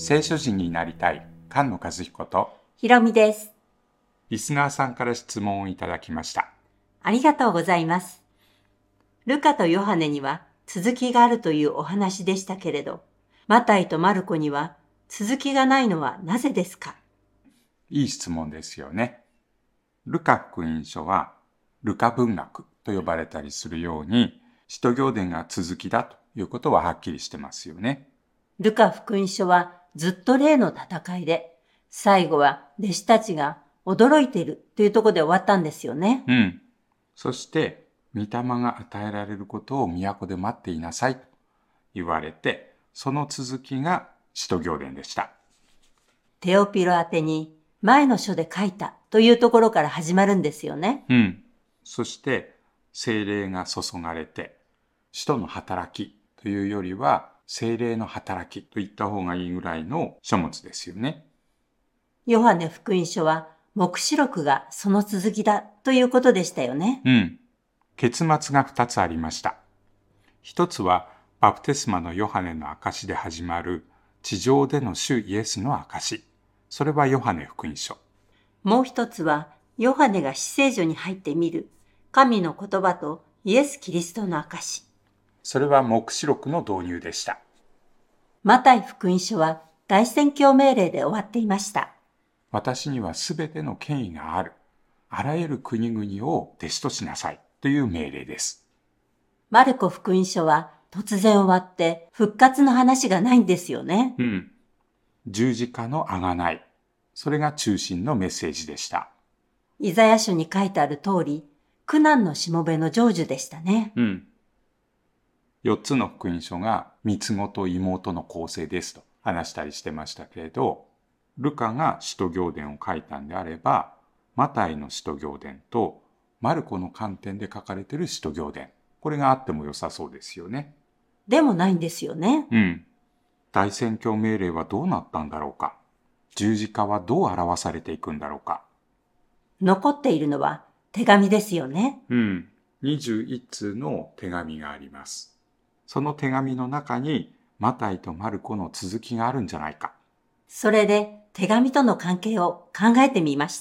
聖書人になりたい菅野和彦とひろみです。 リスナーさんから質問をいただきました。 ありがとうございます。ルカとヨハネには続きがあるというお話でしたけれど、マタイとマルコには続きがないのはなぜですか？ いい質問ですよね。ルカ福音書はルカ文学と呼ばれたりするように、使徒行伝が続きだということははっきりしてますよね。 ルカ福音書はずっと霊の戦いで、最後は弟子たちが驚いているというところで終わったんですよね。 そして、御霊が与えられることを都で待っていなさいと言われて、その続きが使徒行伝でした。 テオピロ宛てに前の書で書いたというところから始まるんですよね。 そして、聖霊が注がれて、使徒の働きというよりは、聖霊の働きと言った方がいいぐらいの書物ですよね。 ヨハネ福音書は黙示録がその続きだということでしたよね。 結末が2つありました。一つはバプテスマのヨハネの証で始まる地上での主イエスの証。それはヨハネ福音書。 もう一つはヨハネが至聖所に入ってみる神の言葉とイエス・キリストの証。 それは黙示録の導入でした。 マタイ福音書は大宣教命令で終わっていました。 私にはすべての権威がある。あらゆる国々を弟子としなさいという命令です。 マルコ福音書は突然終わって復活の話がないんですよね。 十字架の贖い。それが中心のメッセージでした。 イザヤ書に書いてある通り、苦難のしもべの成就でしたね。 4つの福音書が三つ子と妹の構成ですと話したりしてましたけれど、ルカが使徒行伝を書いたんであれば、マタイの使徒行伝とマルコの観点で書かれている使徒行伝、これがあっても良さそうですよね。 でもないんですよね。 大宣教命令はどうなったんだろうか。十字架はどう表されていくんだろうか。 残っているのは手紙ですよね。 21通の手紙があります。その手紙の中にマタイとマルコの続きがあるんじゃないか。 それで手紙との関係を考えてみました。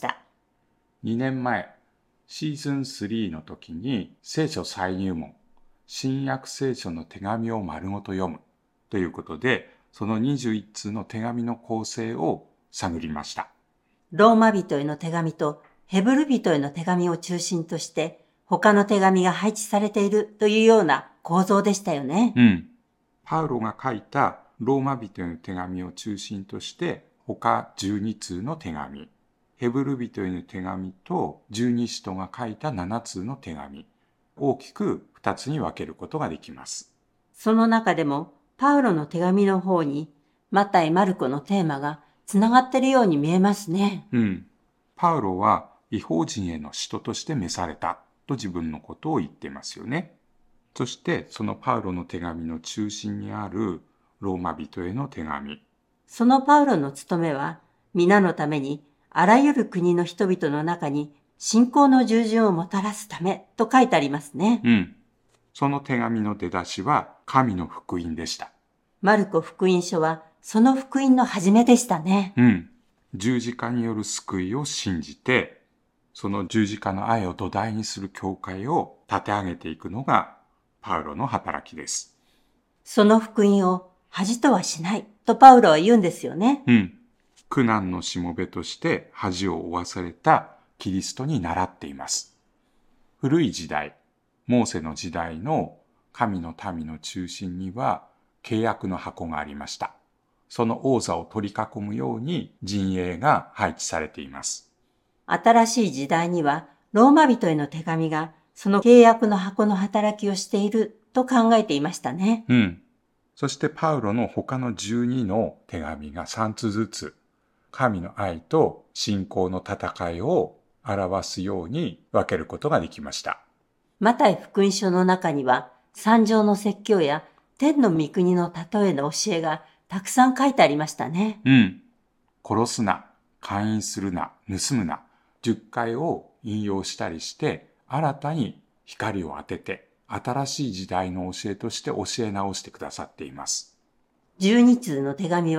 2年前、シーズン3の時に聖書再入門、新約聖書の手紙を丸ごと読むということで、その21通の手紙の構成を探りました。 ローマ人への手紙とヘブル人への手紙を中心として他の手紙が配置されているというような構造でしたよね。 パウロが書いたローマ人への手紙を中心として他12通の手紙、ヘブル人への手紙と十二使徒が書いた7通の手紙、大きく2つに分けることができます。 その中でもパウロの手紙の方にマタイ・マルコのテーマがつながっているように見えますね。 パウロは異邦人への使徒として召されたと自分のことを言っていますよね。そしてそのパウロの手紙の中心にあるローマ人への手紙。 そのパウロの務めは皆のためにあらゆる国の人々の中に信仰の従順をもたらすためと書いてありますね。 その手紙の出だしは神の福音でした。 マルコ福音書はその福音の始めでしたね。 十字架による救いを信じて、その十字架の愛を土台にする教会を立て上げていくのがパウロの働きです。 その福音を恥とはしないとパウロは言うんですよね。 苦難のしもべとして恥を負わされたキリストに倣っています。古い時代、モーセの時代の神の民の中心には契約の箱がありました。その王座を取り囲むように陣営が配置されています。 新しい時代にはローマ人への手紙がその契約の箱の働きをしていると考えていましたね。 そしてパウロの他の12の手紙が3つずつ神の愛と信仰の戦いを表すように分けることができました。 マタイ福音書の中には三条の説教や天の御国の例えの教えがたくさん書いてありましたね。 殺すな、姦淫するな、盗むな、10回を引用したりして新たに光を当てて新しい時代の教えとして教え直してくださっています。 12通の手紙は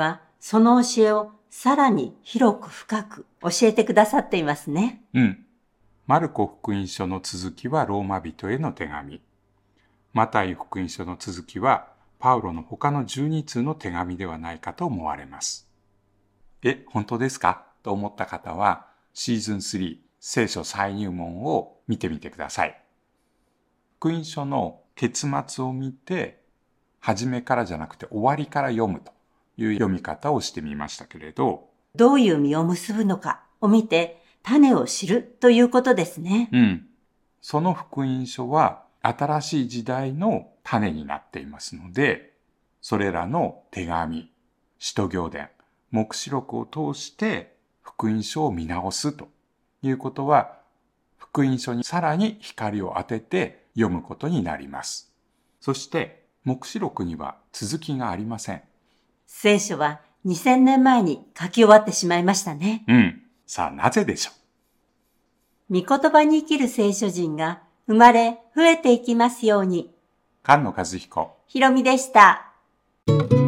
その教えをさらに広く深く教えてくださっていますね。 マルコ福音書の続きはローマ人への手紙。マタイ福音書の続きはパウロの他の12通の手紙ではないかと思われます。本当ですかと思った方はシーズン3聖書再入門を見てみてください。福音書の結末を見て、初めからじゃなくて終わりから読むという読み方をしてみましたけれど、 どういう実を結ぶのかを見て種を知るということですね。 その福音書は新しい時代の種になっていますので、それらの手紙、使徒行伝、黙示録を通して福音書を見直すということは、福音書にさらに光を当てて読むことになります。そして黙示録には続きがありません。 聖書は2000年前に書き終わってしまいましたね。 さあなぜでしょう。御言葉に生きる聖書人が生まれ増えていきますように。 菅野和彦、 ひろみでした。